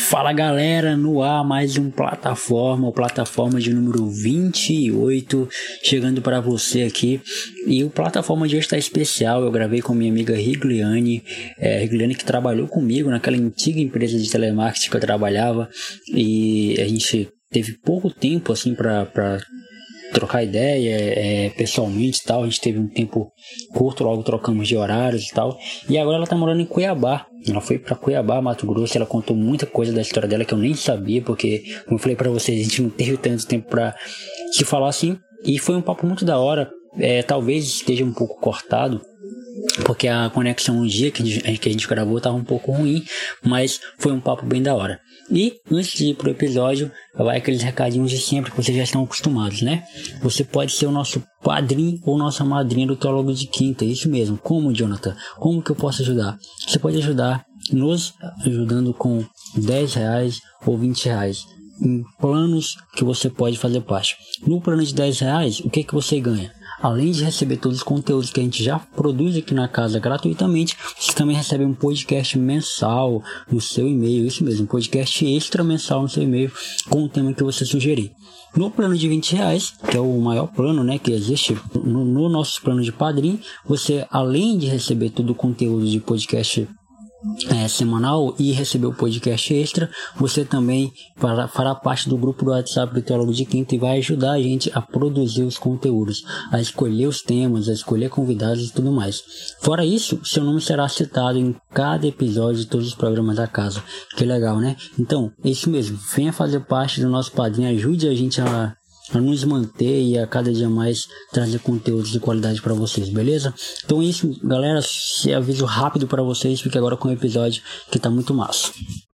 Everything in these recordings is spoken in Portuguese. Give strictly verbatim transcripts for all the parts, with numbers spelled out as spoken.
Fala galera, no ar mais um plataforma, o plataforma de número vinte e oito, chegando para você aqui. E o plataforma de hoje está especial. Eu gravei com minha amiga Rigliane, é, Rigliane que trabalhou comigo naquela antiga empresa de telemarketing que eu trabalhava, e a gente teve pouco tempo assim para para trocar ideia é, pessoalmente e tal. A gente teve um tempo curto, logo trocamos de horários e tal. E agora ela tá morando em Cuiabá. Ela foi para Cuiabá, Mato Grosso. Ela contou muita coisa da história dela que eu nem sabia, porque, como eu falei para vocês, a gente não teve tanto tempo para se falar assim. E foi um papo muito da hora. É, talvez esteja um pouco cortado, porque a conexão no dia que a gente, que a gente gravou estava um pouco ruim, mas foi um papo bem da hora. E antes de ir pro episódio, vai aqueles recadinhos de sempre que vocês já estão acostumados, né? Você pode ser o nosso padrinho ou nossa madrinha do Teólogo de Quinta, isso mesmo. Como, Jonathan? Como que eu posso ajudar? Você pode ajudar nos ajudando com dez reais ou vinte reais em planos que você pode fazer parte. No plano de dez reais, o que que você ganha? Além de receber todos os conteúdos que a gente já produz aqui na casa gratuitamente, você também recebe um podcast mensal no seu e-mail, isso mesmo, um podcast extra mensal no seu e-mail com o tema que você sugerir. No plano de vinte reais, que é o maior plano, né, que existe no, no nosso plano de padrinho, você, além de receber todo o conteúdo de podcast É, semanal e receber o podcast extra, você também fará, fará parte do grupo do WhatsApp do Teólogo de Quinta e vai ajudar a gente a produzir os conteúdos, a escolher os temas, a escolher convidados e tudo mais. Fora isso, seu nome será citado em cada episódio de todos os programas da casa. Que legal, né? Então, é isso mesmo, venha fazer parte do nosso padrinho, ajude a gente a a nos manter e a cada dia mais trazer conteúdos de qualidade para vocês, beleza? Então é isso, galera, se aviso rápido para vocês, fique agora com o episódio que tá muito massa.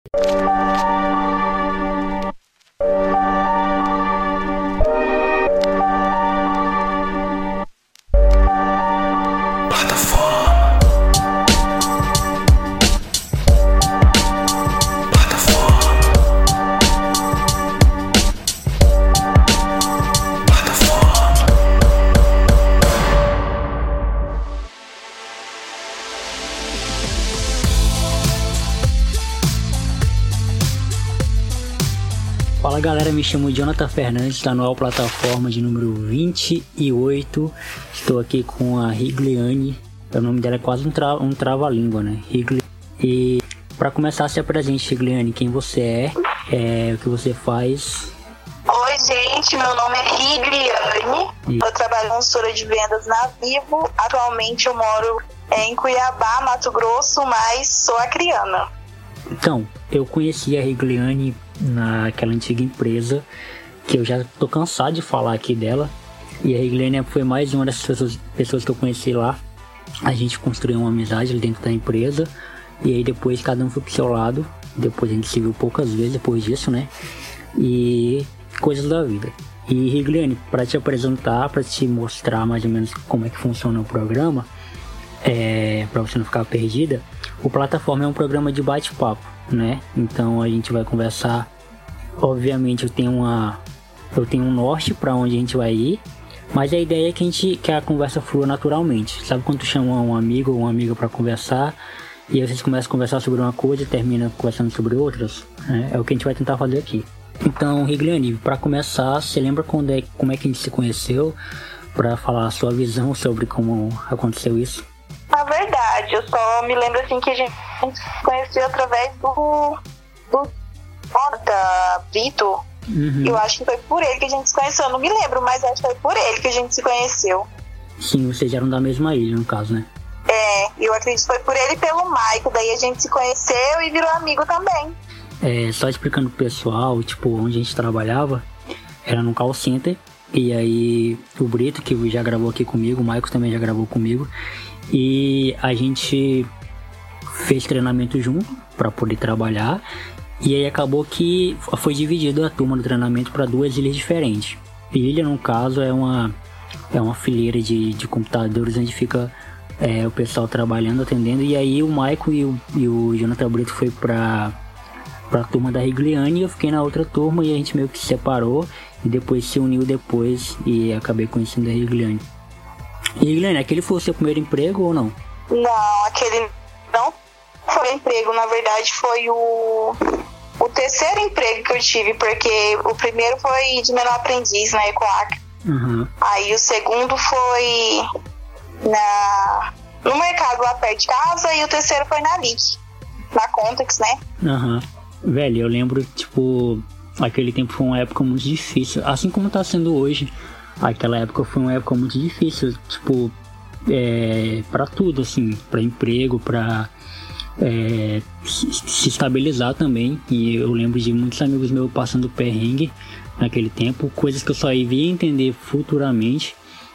Fala galera, me chamo Jonathan Fernandes, está no ar plataforma de número vinte e oito. Estou aqui com a Rigliane, o nome dela é quase um, tra- um trava-língua, né? Rigli. E para começar, se apresente, Rigliane, quem você é, é, o que você faz. Oi gente, meu nome é Rigliane, e... eu trabalho consultora de vendas na Vivo. Atualmente eu moro é, em Cuiabá, Mato Grosso, mas sou acriana. Então, eu conheci a Rigliane naquela antiga empresa, que eu já tô cansado de falar aqui dela, e a Rigliane foi mais uma dessas pessoas, pessoas que eu conheci lá. A gente construiu uma amizade ali dentro da empresa, e aí depois cada um foi pro seu lado, depois a gente se viu poucas vezes depois disso, né, e coisas da vida. E Rigliane, para te apresentar, para te mostrar mais ou menos como é que funciona o programa, é, para você não ficar perdida, o plataforma é um programa de bate-papo, né? Então a gente vai conversar. Obviamente eu tenho uma eu tenho um norte para onde a gente vai ir, mas a ideia é que a gente que a conversa flua naturalmente. Sabe quando tu chama um amigo ou uma amiga para conversar e aí vocês começam a conversar sobre uma coisa e termina conversando sobre outras, né? É o que a gente vai tentar fazer aqui. Então, Rigliane, para começar, você lembra quando é, como é que a gente se conheceu, para falar a sua visão sobre como aconteceu isso? Na verdade, eu só me lembro assim que a gente se conheceu através do do da Vitor. Uhum. Eu acho que foi por ele que a gente se conheceu. Eu não me lembro, mas acho que foi por ele que a gente se conheceu. Sim, vocês eram da mesma ilha, no caso, né? É, eu acredito que foi por ele e pelo Maico. Daí a gente se conheceu e virou amigo também. É, só explicando pro pessoal, tipo, onde a gente trabalhava, era num call center. E aí o Brito, que já gravou aqui comigo, o Maico também já gravou comigo. E a gente fez treinamento junto para poder trabalhar. E aí acabou que foi dividido a turma do treinamento para duas ilhas diferentes. Ilha, no caso, é uma, é uma fileira de, de computadores onde fica é, o pessoal trabalhando, atendendo. E aí o Maico e o, e o Jonathan Brito foi para a turma da Rigliane e eu fiquei na outra turma e a gente meio que se separou. E depois se uniu depois e acabei conhecendo a Rigliane. E Rigliane, aquele foi o seu primeiro emprego ou não? Não, aquele não foi emprego, na verdade foi o, o T terceiro emprego que eu tive, porque o primeiro foi de menor aprendiz na Ecoacre. Uhum. Aí o segundo foi na, no mercado lá perto de casa, e o terceiro foi na L I C, na Contex, né? Aham. Uhum. Velho, eu lembro, tipo, aquele tempo foi uma época muito difícil, assim como tá sendo hoje. Aquela época foi uma época muito difícil, tipo, é, pra tudo, assim, pra emprego, pra é, se estabilizar também. E eu lembro de muitos amigos meus passando perrengue naquele tempo, coisas que eu só iria entender futuramente.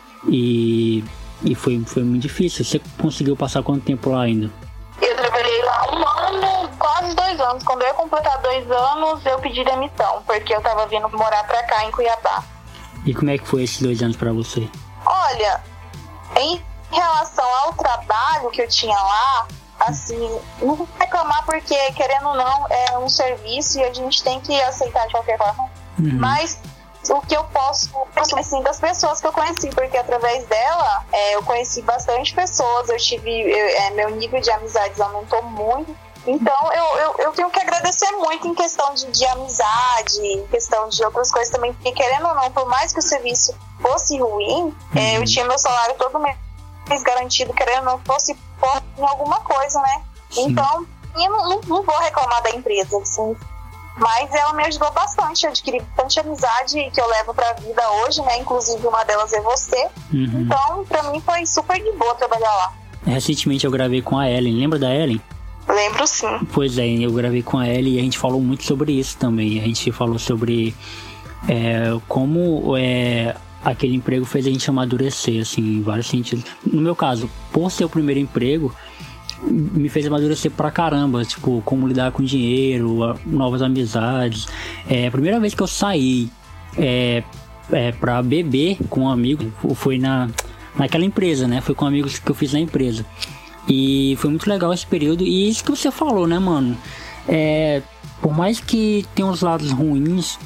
E, e foi, foi muito difícil. Você conseguiu passar quanto tempo lá ainda? Eu trabalhei lá um ano, quase dois anos. Quando eu ia completar dois anos, eu pedi demissão, porque eu tava vindo morar pra cá, em Cuiabá. E como é que foi esses dois anos pra você? Olha, em relação ao trabalho que eu tinha lá, assim, não vou reclamar, porque, querendo ou não, é um serviço e a gente tem que aceitar de qualquer forma. Uhum. Mas o que eu posso, assim, das pessoas que eu conheci, porque através dela é, eu conheci bastante pessoas, eu tive, eu, é, meu nível de amizades aumentou muito. Então eu, eu, eu tenho que agradecer muito em questão de, de amizade, em questão de outras coisas também, porque, querendo ou não, por mais que o serviço fosse ruim, uhum. é, eu tinha meu salário todo mês garantido, querendo ou não, fosse em alguma coisa, né? Sim. Então eu não, não, não vou reclamar da empresa, assim. Mas ela me ajudou bastante, eu adquiri bastante amizade que eu levo pra vida hoje, né? Inclusive uma delas é você. Uhum. Então, pra mim foi super de boa trabalhar lá. Recentemente eu gravei com a Ellen, lembra da Ellen? Lembro, sim. Pois é, eu gravei com a Ellen e a gente falou muito sobre isso também. A gente falou sobre é, como é, aquele emprego fez a gente amadurecer, assim, em vários sentidos. No meu caso, por ser o primeiro emprego, me fez amadurecer pra caramba, tipo, como lidar com dinheiro, novas amizades. É, a primeira vez que eu saí é, é, pra beber com um amigo foi na, naquela empresa, né? Foi com amigos que eu fiz na empresa. E foi muito legal esse período. E isso que você falou, né, mano? É, por mais que tenha uns lados ruins,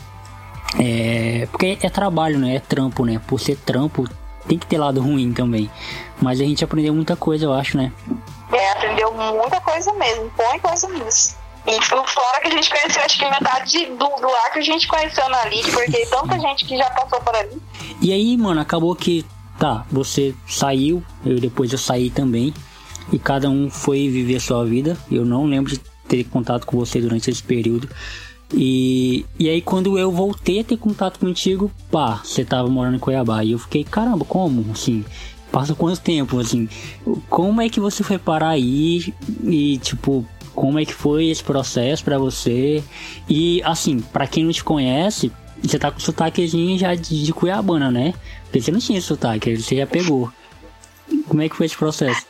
é, porque é trabalho, né? É trampo, né? Por ser trampo, tem que ter lado ruim também. Mas a gente aprendeu muita coisa, eu acho, né? É, aprendeu muita coisa mesmo, põe coisa nisso. E fora que a gente conheceu, acho que metade do, do ar que a gente conheceu na L I C, porque tanta gente que já passou por ali. E aí, mano, acabou que, tá, você saiu, eu depois eu saí também, e cada um foi viver a sua vida. Eu não lembro de ter contato com você durante esse período. E, e aí quando eu voltei a ter contato contigo, pá, você tava morando em Cuiabá. E eu fiquei, caramba, como? Assim, passa quanto tempo, assim? Como é que você foi parar aí? E, tipo, como é que foi esse processo pra você? E, assim, pra quem não te conhece, você tá com sotaquezinho já de, de Cuiabana, né? Porque você não tinha sotaque, você já pegou. Como é que foi esse processo?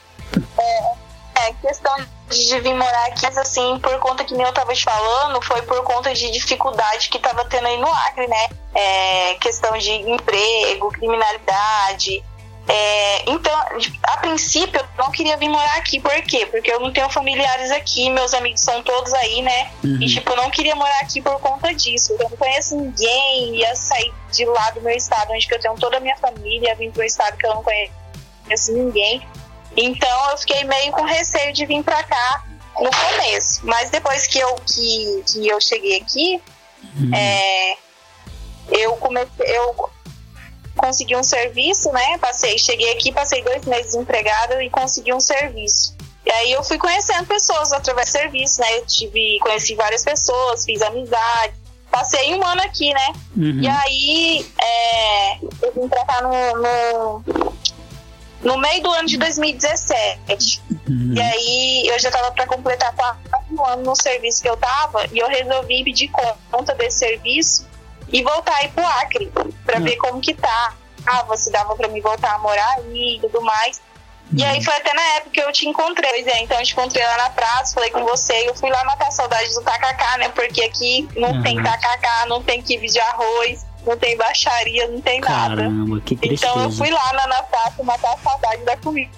É, é questão de vir morar aqui, mas assim, por conta que nem eu tava te falando, foi por conta de dificuldade que tava tendo aí no Acre, né? É, questão de emprego, criminalidade. É, então, a princípio, eu não queria vir morar aqui. Por quê? Porque eu não tenho familiares aqui, meus amigos são todos aí, né? Uhum. E, tipo, eu não queria morar aqui por conta disso. Eu não conheço ninguém, ia sair de lá do meu estado, onde eu tenho toda a minha família, vim pro estado que eu não conheço ninguém. Então, eu fiquei meio com receio de vir pra cá no começo. Mas depois que eu, que, que eu cheguei aqui, uhum. é, eu comecei... Eu, consegui um serviço, né? Passei, cheguei aqui, passei dois meses desempregada e consegui um serviço. E aí eu fui conhecendo pessoas através do serviço, né? Eu tive, conheci várias pessoas, fiz amizade. Passei um ano aqui, né? Uhum. E aí é, eu vim pra cá no, no, no meio do ano de dois mil e dezessete. Uhum. E aí eu já tava pra completar quatro anos no serviço que eu tava e eu resolvi pedir conta desse serviço e voltar aí pro Acre, pra uhum. ver como que tá. Ah, você dava pra mim voltar a morar aí e tudo mais. Uhum. E aí foi até na época que eu te encontrei. Pois é, então eu te encontrei lá na praça, falei com você, e eu fui lá matar a saudade do tacacá, né? Porque aqui não uhum. tem tacacá, não tem quibe de arroz, não tem baixaria, não tem nada. Caramba, que tristeza. Então eu fui lá na, na praça matar a saudade da comida.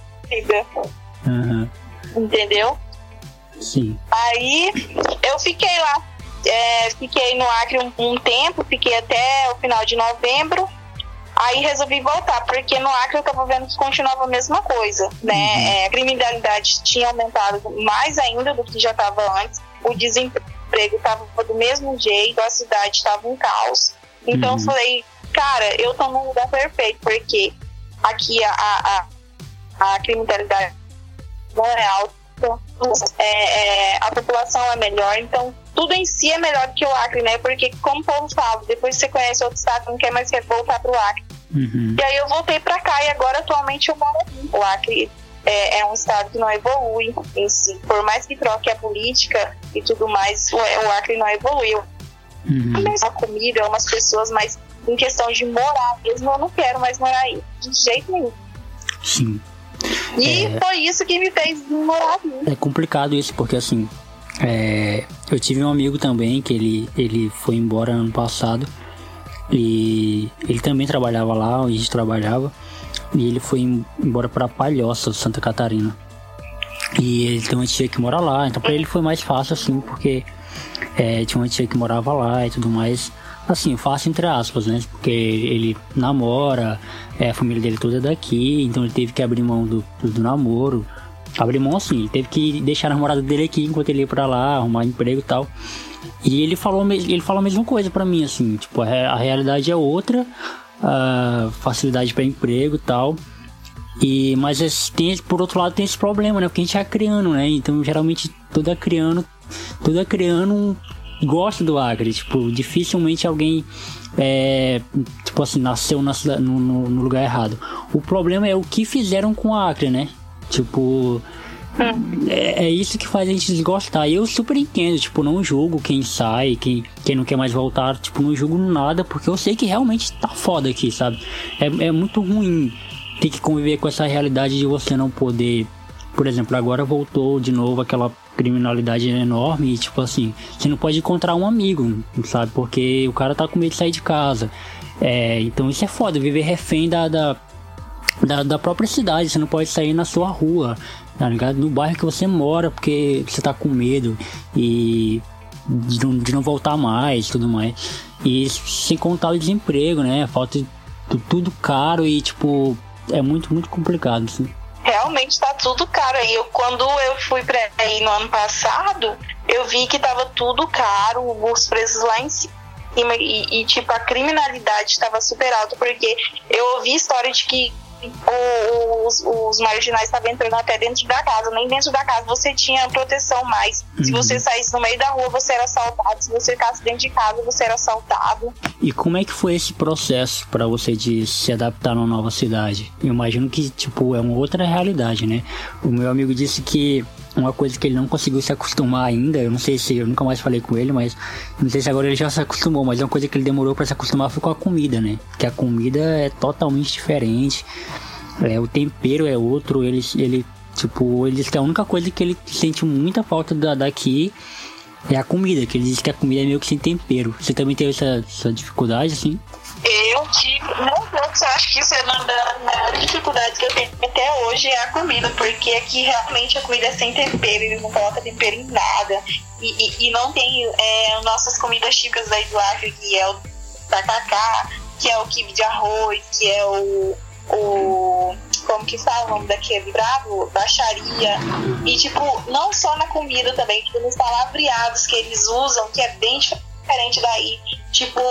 Uhum. Entendeu? Sim. Aí eu fiquei lá. É, fiquei no Acre um, um tempo, fiquei até o final de novembro. Aí resolvi voltar, porque no Acre eu tava vendo que continuava a mesma coisa, né? Uhum. É, a criminalidade tinha aumentado mais ainda do que já estava antes. O desemprego emprego estava do mesmo jeito, a cidade estava um caos. Então uhum. eu falei, cara, eu tô num lugar perfeito, porque aqui a, a, a criminalidade não é alta, é, é, a população é melhor, então tudo em si é melhor do que o Acre, né? Porque, como o povo fala, depois que você conhece outro estado, não quer mais voltar pro Acre. Uhum. E aí eu voltei pra cá e agora atualmente eu moro aqui. O Acre é, é um estado que não evolui em si. Por mais que troque a política e tudo mais, o, o Acre não evoluiu. Uhum. A comida, umas pessoas, mas em questão de morar mesmo, eu não quero mais morar aí, de jeito nenhum. Sim. E é... foi isso que me fez morar aqui. É complicado isso, porque assim, é... eu tive um amigo também que ele, ele foi embora ano passado e ele também trabalhava lá, a gente trabalhava, e ele foi embora para Palhoça, Santa Catarina. E ele também tinha que morar lá, então pra ele foi mais fácil assim, porque é, tinha uma tia que morava lá e tudo mais. Assim, fácil entre aspas, né? Porque ele namora, é, a família dele toda é daqui, então ele teve que abrir mão do, do namoro. Abrir mão assim, ele teve que deixar a namorada dele aqui enquanto ele ia pra lá, arrumar emprego e tal. E ele falou, ele falou a mesma coisa pra mim, assim, tipo, a, a realidade é outra, a facilidade pra emprego e tal. E, mas esse, tem, por outro lado tem esse problema, né? Porque a gente é acriano, né? Então geralmente todo acriano, todo acriano gosta do Acre, tipo, dificilmente alguém é, tipo assim, nasceu na, no, no lugar errado. O problema é o que fizeram com o Acre, né? Tipo, é, é isso que faz a gente desgostar. E eu super entendo, tipo, não julgo quem sai, quem, quem não quer mais voltar, tipo, não julgo nada, porque eu sei que realmente tá foda aqui, sabe? É, é muito ruim ter que conviver com essa realidade de você não poder, por exemplo, agora voltou de novo aquela criminalidade enorme e, tipo assim, você não pode encontrar um amigo, sabe? Porque o cara tá com medo de sair de casa. É, então isso é foda, viver refém da, da, da, da própria cidade. Você não pode sair na sua rua, tá ligado? No bairro que você mora, porque você tá com medo e de não, de não voltar mais, tudo mais. E sem contar o desemprego, né? Falta de tudo caro e, tipo, é muito, muito complicado, assim. Realmente tá tudo caro aí. Eu, quando eu fui pra aí no ano passado, eu vi que tava tudo caro, os preços lá em cima. E, e tipo, a criminalidade estava super alta, porque eu ouvi história de que os, os marginais estavam entrando até dentro da casa. Nem dentro da casa você tinha proteção mais. Uhum. Se você saísse no meio da rua, você era assaltado. Se você ficasse dentro de casa, você era assaltado. E como é que foi esse processo para você de se adaptar numa nova cidade? Eu imagino que, tipo, é uma outra realidade, né? O meu amigo disse que uma coisa que ele não conseguiu se acostumar ainda, eu não sei se, eu nunca mais falei com ele, mas não sei se agora ele já se acostumou, mas é uma coisa que ele demorou para se acostumar foi com a comida, né? Porque a comida é totalmente diferente, é, o tempero é outro, ele, ele tipo, ele diz que a única coisa que ele sente muita falta da, daqui é a comida, que ele diz que a comida é meio que sem tempero. Você também teve essa, essa dificuldade, assim? Eu tive, não, eu acho que isso é uma das maiores dificuldades que eu tenho até hoje, é a comida, porque aqui realmente a comida é sem tempero, eles não colocam tempero em nada, e, e, e não tem é, nossas comidas típicas daí do Acre, que é o tacacá, que é o quibe de arroz, que é o, o como que fala o nome daquele bravo? Baixaria. E tipo, não só na comida também, tipo, nos palavreados que eles usam, que é bem diferente daí, tipo,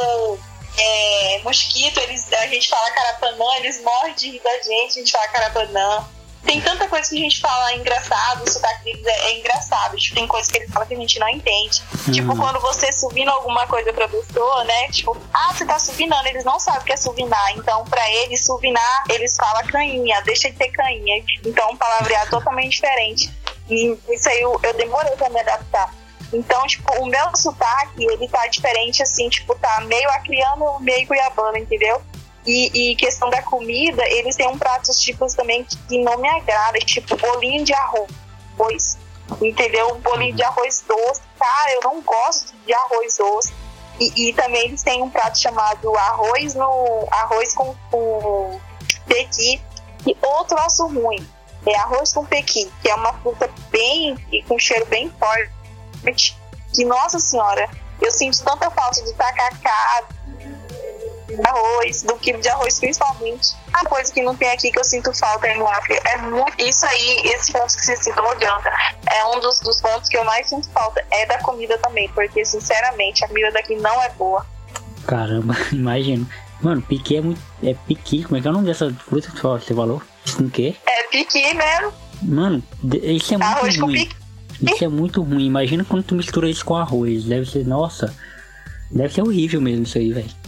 É, mosquito, eles, a gente fala carapanã, eles morrem de rir da gente, a gente fala carapanã. Tem tanta coisa que a gente fala engraçado, o sotaque deles é, é engraçado, tipo, tem coisa que eles falam que a gente não entende. Uhum. Tipo, quando você subindo alguma coisa pra pessoa, né, tipo, ah, você tá suvinando, eles não sabem o que é suvinar, então pra eles, suvinar, eles falam caninha, deixa de ter caninha, então um palavreado totalmente diferente. E isso aí eu, eu demorei pra me adaptar. Então, tipo, o meu sotaque, ele tá diferente, assim, tipo, tá meio acriano, meio cuiabano, entendeu? E, e questão da comida, eles têm um pratos tipos também que não me agrada, tipo, bolinho de arroz, entendeu? Um bolinho de arroz doce, cara, eu não gosto de arroz doce. E, e também eles têm um prato chamado arroz no arroz com, com pequi, e outro troço ruim, é arroz com pequi, que é uma fruta bem, e com cheiro bem forte. Que, nossa senhora, eu sinto tanta falta do tacacá, arroz, do quilo de arroz principalmente. A coisa que não tem aqui que eu sinto falta é no África. É muito, isso aí, esse ponto que você citou, não adianta. É um dos, dos pontos que eu mais sinto falta, é da comida também, porque sinceramente a comida daqui não é boa. Caramba, imagino. Mano, piqui é muito. É piqui, como é que é o nome dessa fruta que você falou? Isso com o quê? É piqui mesmo. Mano, isso é muito arroz ruim. Com piqui. Isso é muito ruim. Imagina quando tu mistura isso com arroz. Deve ser, nossa. Deve ser horrível mesmo isso aí, velho.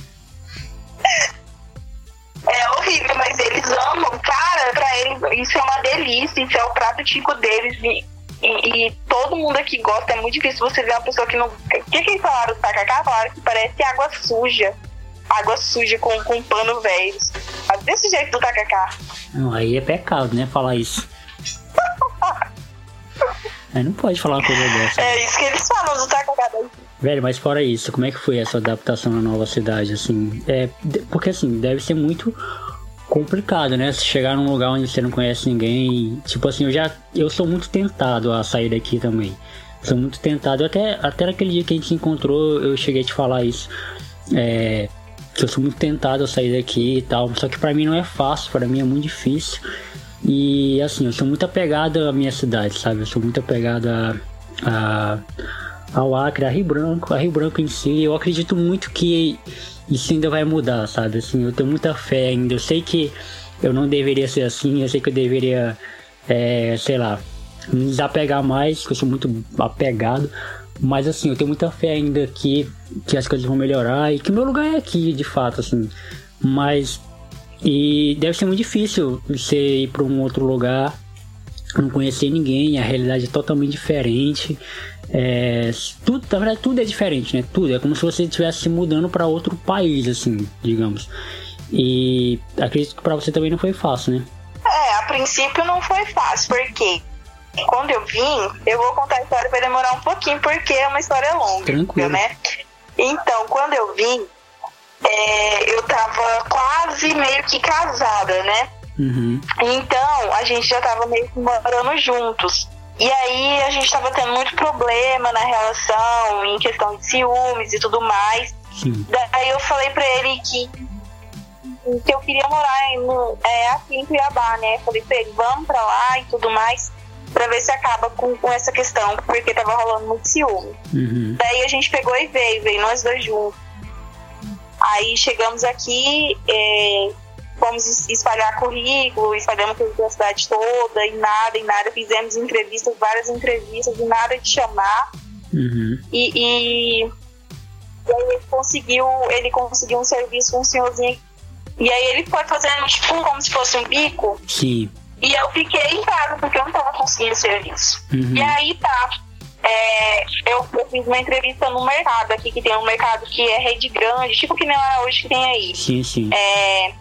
É horrível, mas eles amam. Cara, pra eles isso é uma delícia. Isso é o prato típico deles. E, e, e todo mundo aqui gosta. É muito difícil você ver uma pessoa que não... O que que eles falaram do tacacá? Falaram que parece água suja. Água suja com, com pano velho. Desse jeito do tacacá. Não, aí é pecado, né? Falar isso. Aí não pode falar uma coisa dessa. É isso que eles falam do tacacá. Velho, mas fora isso, como é que foi essa adaptação na nova cidade, assim? É, porque, assim, deve ser muito complicado, né? Se chegar num lugar onde você não conhece ninguém... Tipo assim, eu já... Eu sou muito tentado a sair daqui também. Sou muito tentado. Até, até naquele dia que a gente se encontrou, eu cheguei a te falar isso. É... Que eu sou muito tentado a sair daqui e tal. Só que pra mim não é fácil, pra mim é muito difícil. E assim, eu sou muito apegado à minha cidade, sabe? Eu sou muito apegado a, a, ao Acre, a Rio Branco, a Rio Branco em si. Eu acredito muito que isso ainda vai mudar, sabe? Assim, eu tenho muita fé ainda. Eu sei que eu não deveria ser assim, eu sei que eu deveria, é, sei lá, me desapegar mais, que eu sou muito apegado. Mas assim, eu tenho muita fé ainda que, que as coisas vão melhorar e que o meu lugar é aqui, de fato, assim. Mas, e deve ser muito difícil você ir para um outro lugar, não conhecer ninguém, a realidade é totalmente diferente. É, tudo, na verdade, tudo é diferente, né? Tudo, é como se você estivesse se mudando para outro país, assim, digamos. E acredito que para você também não foi fácil, né? É, a princípio não foi fácil, porque... Quando eu vim, eu vou contar a história, vai demorar um pouquinho, porque é uma história longa. Tranquilo. Né? Então, quando eu vim, é, eu tava quase meio que casada, né? Uhum. Então, a gente já tava meio que morando juntos. E aí, a gente tava tendo muito problema na relação, em questão de ciúmes e tudo mais. Sim. Daí eu falei pra ele que, que eu queria morar em, é, aqui em Cuiabá, né? Falei pra ele, vamos pra lá e tudo mais, pra ver se acaba com, com essa questão, porque tava rolando muito ciúme. Uhum. Daí a gente pegou e veio, veio nós dois juntos. Aí chegamos aqui, é, fomos espalhar currículo, espalhamos pela cidade toda, e nada, e nada, fizemos entrevistas, várias entrevistas, e nada de chamar. Uhum. E, e, e aí ele conseguiu, ele conseguiu um serviço com um senhorzinho, e aí ele foi fazendo tipo como se fosse um bico. Sim. E eu fiquei em casa, porque eu não tava conseguindo serviço. Uhum. E aí tá. É, eu, eu fiz uma entrevista no mercado aqui, que tem um mercado que é rede grande, tipo que nem lá hoje que tem aí. Sim, sim. É,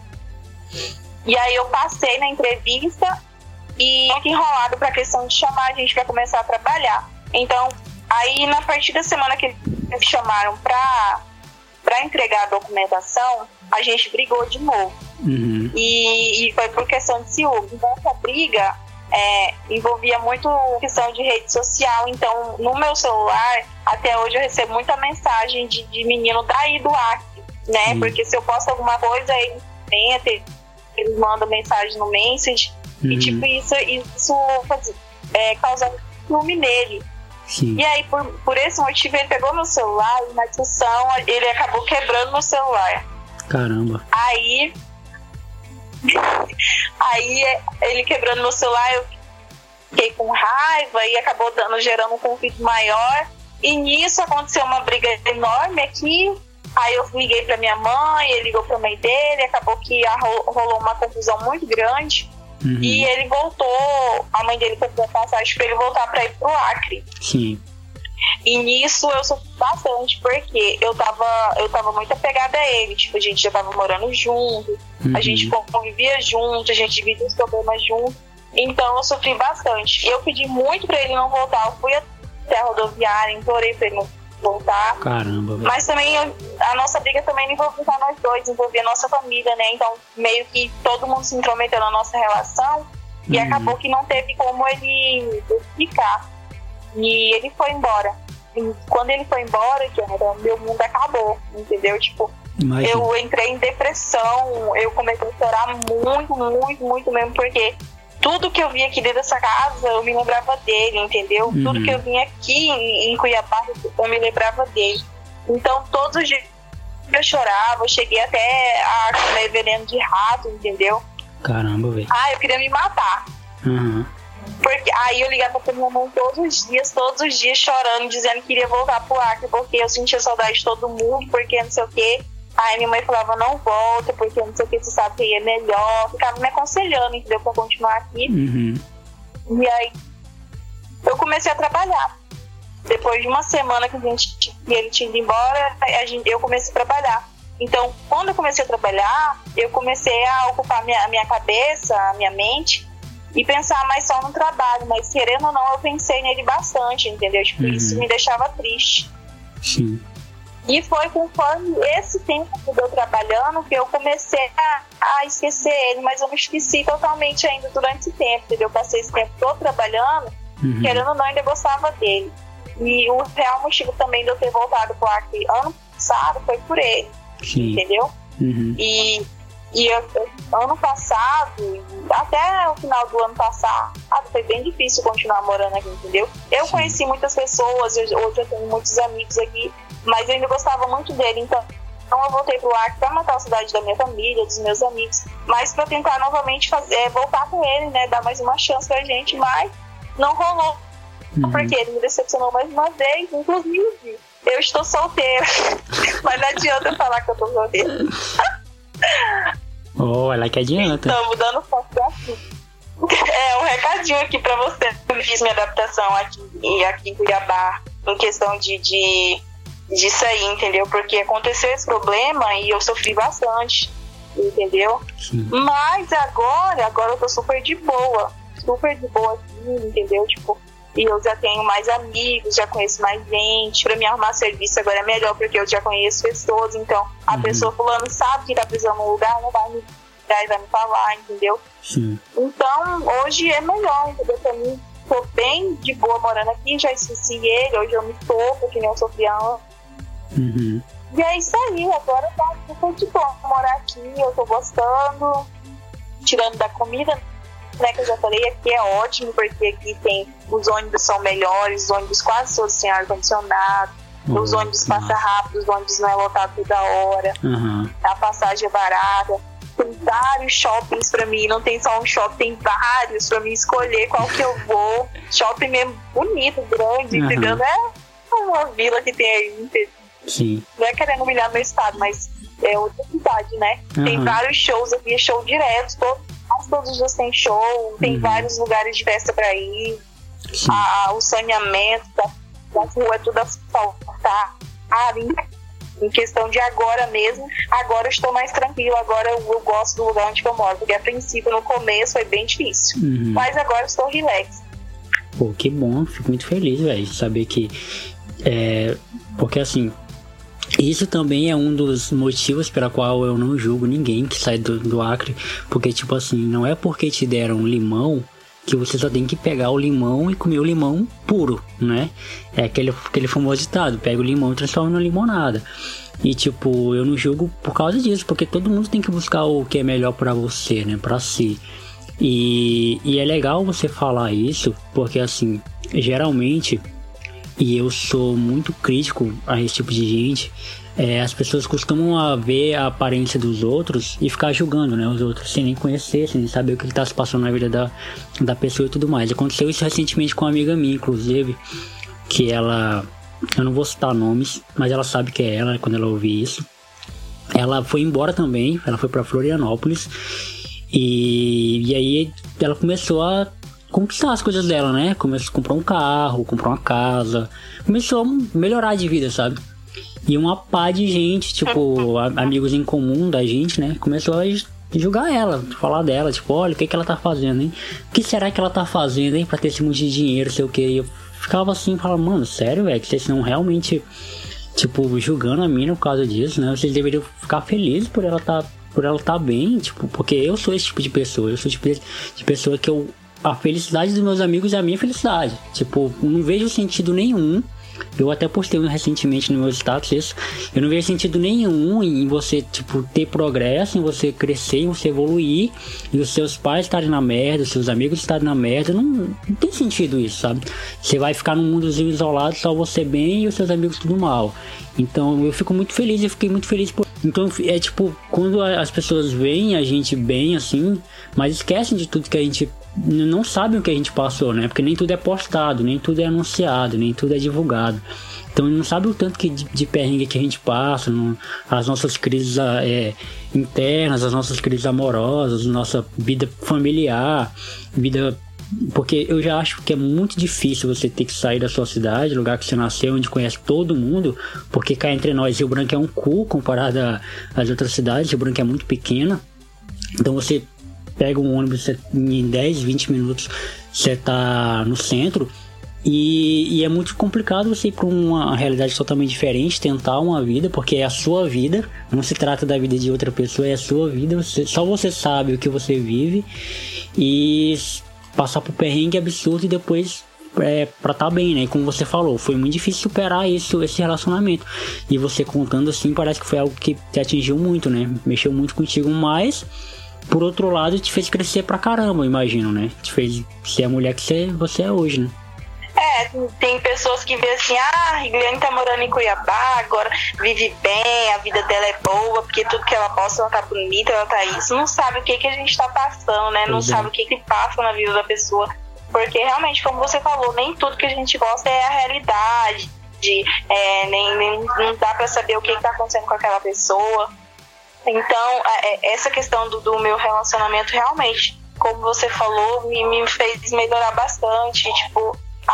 e aí eu passei na entrevista e muito enrolado pra questão de chamar a gente pra começar a trabalhar. Então, aí na partir da semana que eles chamaram pra, pra entregar a documentação, a gente brigou de novo. Uhum. E, e foi por questão de ciúme. Então essa briga é, envolvia muito questão de rede social. Então no meu celular até hoje eu recebo muita mensagem de, de menino daí do Acre, né? Uhum. Porque se eu posto alguma coisa eles comentam, eles mandam mensagem no Message. Uhum. E tipo isso, isso faz, é, causa ciúme nele. Sim. E aí por, por esse motivo ele pegou meu celular e na discussão ele acabou quebrando meu celular. Caramba. Aí Aí ele quebrando meu celular, eu fiquei com raiva e acabou dando, gerando um conflito maior. E nisso aconteceu uma briga enorme aqui. Aí eu liguei pra minha mãe, ele ligou pra mãe dele, acabou que rolou uma confusão muito grande. Uhum. E ele voltou, a mãe dele comprou passagem pra ele voltar pra ir pro Acre. Sim. E nisso eu sofri bastante, porque eu tava, eu tava muito apegada a ele. Tipo, a gente já tava morando junto, uhum. a gente convivia junto, a gente dividia os problemas junto. Então eu sofri bastante. E eu pedi muito pra ele não voltar. Eu fui até a rodoviária, implorei pra ele não voltar. Caramba, velho. Mas também eu, a nossa briga também não envolvia nós dois, envolvia a nossa família, né? Então meio que todo mundo se intrometeu na nossa relação. Uhum. E acabou que não teve como ele ficar. E ele foi embora. E quando ele foi embora, cara, meu mundo acabou, entendeu? Tipo, Imagina. Eu entrei em depressão, eu comecei a chorar muito, muito, muito mesmo, porque tudo que eu via aqui dentro dessa casa, eu me lembrava dele, entendeu? Uhum. Tudo que eu vinha aqui em Cuiabá, eu me lembrava dele. Então, todos os dias eu chorava, eu cheguei até a comer veneno de rato, entendeu? Caramba, velho. Ah, eu queria me matar. Uhum. Porque aí eu ligava pra minha mãe todos os dias, todos os dias chorando, dizendo que queria voltar pro Acre, porque eu sentia saudade de todo mundo, porque não sei o quê. Aí minha mãe falava, não volta, porque não sei o que, você sabe que aí é melhor. Ficava me aconselhando, entendeu, pra continuar aqui. Uhum. E aí eu comecei a trabalhar. Depois de uma semana que a gente, que ele tinha ido embora, a gente, eu comecei a trabalhar. Então, quando eu comecei a trabalhar, eu comecei a ocupar minha, a minha cabeça, a minha mente, e pensar mais só no trabalho. Mas, querendo ou não, eu pensei nele bastante, entendeu? Tipo, uhum. Isso me deixava triste. Sim. E foi conforme esse tempo que eu estou trabalhando que eu comecei a, a esquecer ele, mas eu não esqueci totalmente ainda durante esse tempo, entendeu? Eu passei esse tempo todo trabalhando, uhum. Querendo ou não, ainda gostava dele. E o real motivo também de eu ter voltado pro Acre ano passado foi por ele, Sim. Entendeu? Uhum. E, e eu, ano passado, até o final do ano passado, foi bem difícil continuar morando aqui, entendeu? Eu Sim. conheci muitas pessoas, hoje eu tenho muitos amigos aqui, mas eu ainda gostava muito dele, então, então eu voltei pro Acre para matar a saudade da minha família, dos meus amigos, mas para tentar novamente fazer, é, voltar com ele, né, dar mais uma chance pra gente, mas não rolou, uhum. Porque ele me decepcionou mais uma vez, inclusive eu estou solteira, mas não adianta eu falar que eu tô solteira. Oh, ela que adianta. Estamos dando foto aqui. É um recadinho aqui pra você. Eu fiz minha adaptação aqui, aqui em Cuiabá, em questão de, de disso aí, entendeu? Porque aconteceu esse problema e eu sofri bastante, entendeu? Sim. Mas agora, agora eu tô super de boa, super de boa aqui, entendeu? Tipo, e eu já tenho mais amigos, já conheço mais gente. Pra mim arrumar serviço agora é melhor, porque eu já conheço pessoas, então a uhum. pessoa fulano sabe que tá precisando de um lugar, não vai me ligar e vai me falar, entendeu? Sim. Então, hoje é melhor, entendeu? Pra mim, tô bem de boa morando aqui, já esqueci ele, hoje eu me sofro, que nem eu sofria antes. Uhum. E é isso aí, agora tá super de boa morar aqui, eu tô gostando, tirando da comida, né, que eu já falei, aqui é ótimo, porque aqui tem, os ônibus são melhores, os ônibus quase todos têm ar-condicionado, uhum. Os ônibus passam rápido, os ônibus não é lotado toda hora, uhum. A passagem é barata, tem vários shoppings pra mim, não tem só um shopping, tem vários pra mim escolher qual que eu vou, shopping mesmo bonito, grande, uhum. Entendeu? Não é uma vila que tem aí, entendeu? Sim. Não é querendo humilhar meu estado, mas é outra cidade, né? Uhum. Tem vários shows aqui, show direto, todo, todos os dias tem show, tem uhum. vários lugares de festa pra ir, a, o saneamento da, da rua é tudo asfaltado, em questão de agora mesmo, agora eu estou mais tranquila, agora eu, eu gosto do lugar onde eu moro, porque a princípio, no começo, foi bem difícil, uhum. Mas agora eu estou relax. Pô, que bom, fico muito feliz, velho, saber que, é, porque assim, isso também é um dos motivos pela qual eu não julgo ninguém que sai do, do Acre, porque tipo assim, não é porque te deram limão que você só tem que pegar o limão e comer o limão puro, né? É aquele, aquele famoso ditado, pega o limão e transforma na limonada. E tipo, eu não julgo por causa disso, porque todo mundo tem que buscar o que é melhor pra você, né? Pra si. E, e é legal você falar isso, porque assim, geralmente, e eu sou muito crítico a esse tipo de gente, é, as pessoas costumam ver a aparência dos outros e ficar julgando, né, os outros, sem nem conhecer, sem nem saber o que está se passando na vida da, da pessoa e tudo mais. Aconteceu isso recentemente com uma amiga minha, inclusive, que ela, eu não vou citar nomes, mas ela sabe que é ela, quando ela ouvir isso. Ela foi embora também, ela foi para Florianópolis, e, e aí ela começou a conquistar as coisas dela, né? Começou a comprar um carro, comprar uma casa, começou a melhorar de vida, sabe? E uma pá de gente, tipo, amigos em comum da gente, né? Começou a julgar ela, falar dela, tipo, olha, o que que ela tá fazendo, hein? O que será que ela tá fazendo, hein? Pra ter esse monte de dinheiro, sei o que. E eu ficava assim, falando, mano, sério, velho? Que vocês não realmente, tipo, julgando a mina por causa disso, né? Vocês deveriam ficar felizes por ela tá, por ela tá bem, tipo, porque eu sou esse tipo de pessoa, eu sou tipo de pessoa que eu... A felicidade dos meus amigos é a minha felicidade. Tipo, não vejo sentido nenhum Eu até postei recentemente no meu status isso. Eu não vejo sentido nenhum em você, tipo, ter progresso, em você crescer, em você evoluir, e os seus pais estarem na merda, os seus amigos estarem na merda. Não, não tem sentido isso, sabe? Você vai ficar num mundozinho isolado, só você bem e os seus amigos tudo mal. Então eu fico muito feliz, eu fiquei muito feliz por... Então é tipo, quando as pessoas veem a gente bem assim, mas esquecem de tudo que a gente... não sabem o que a gente passou, né? Porque nem tudo é postado, nem tudo é anunciado, nem tudo é divulgado. Então não sabe o tanto que de, de perrengue que a gente passa, no, as nossas crises é, internas, as nossas crises amorosas, nossa vida familiar, vida... Porque eu já acho que é muito difícil você ter que sair da sua cidade, lugar que você nasceu, onde conhece todo mundo, porque cá entre nós Rio Branco é um cu comparado às outras cidades. Rio Branco é muito pequena, então você pega um ônibus, você, em dez, vinte minutos você tá no centro, e, e é muito complicado você ir para uma realidade totalmente diferente, tentar uma vida, porque é a sua vida, não se trata da vida de outra pessoa, é a sua vida, você, só você sabe o que você vive, e passar por perrengue absurdo e depois é, pra tá bem, né? E como você falou, foi muito difícil superar isso, esse relacionamento, e você contando assim, parece que foi algo que te atingiu muito, né? Mexeu muito contigo, mas por outro lado, te fez crescer pra caramba, eu imagino, né? Te fez ser a mulher que você, você é hoje, né? É, tem pessoas que vê assim, ah, a Rigliane tá morando em Cuiabá, agora vive bem, a vida dela é boa, porque tudo que ela posta, ela tá bonita, ela tá isso. Não sabe o que, que a gente tá passando, né? Não Pois é. sabe o que, que passa na vida da pessoa. Porque realmente, como você falou, nem tudo que a gente gosta é a realidade. De, é, nem, nem, não dá pra saber o que, que tá acontecendo com aquela pessoa. Então, essa questão do, do meu relacionamento realmente, como você falou, me, me fez melhorar bastante, tipo,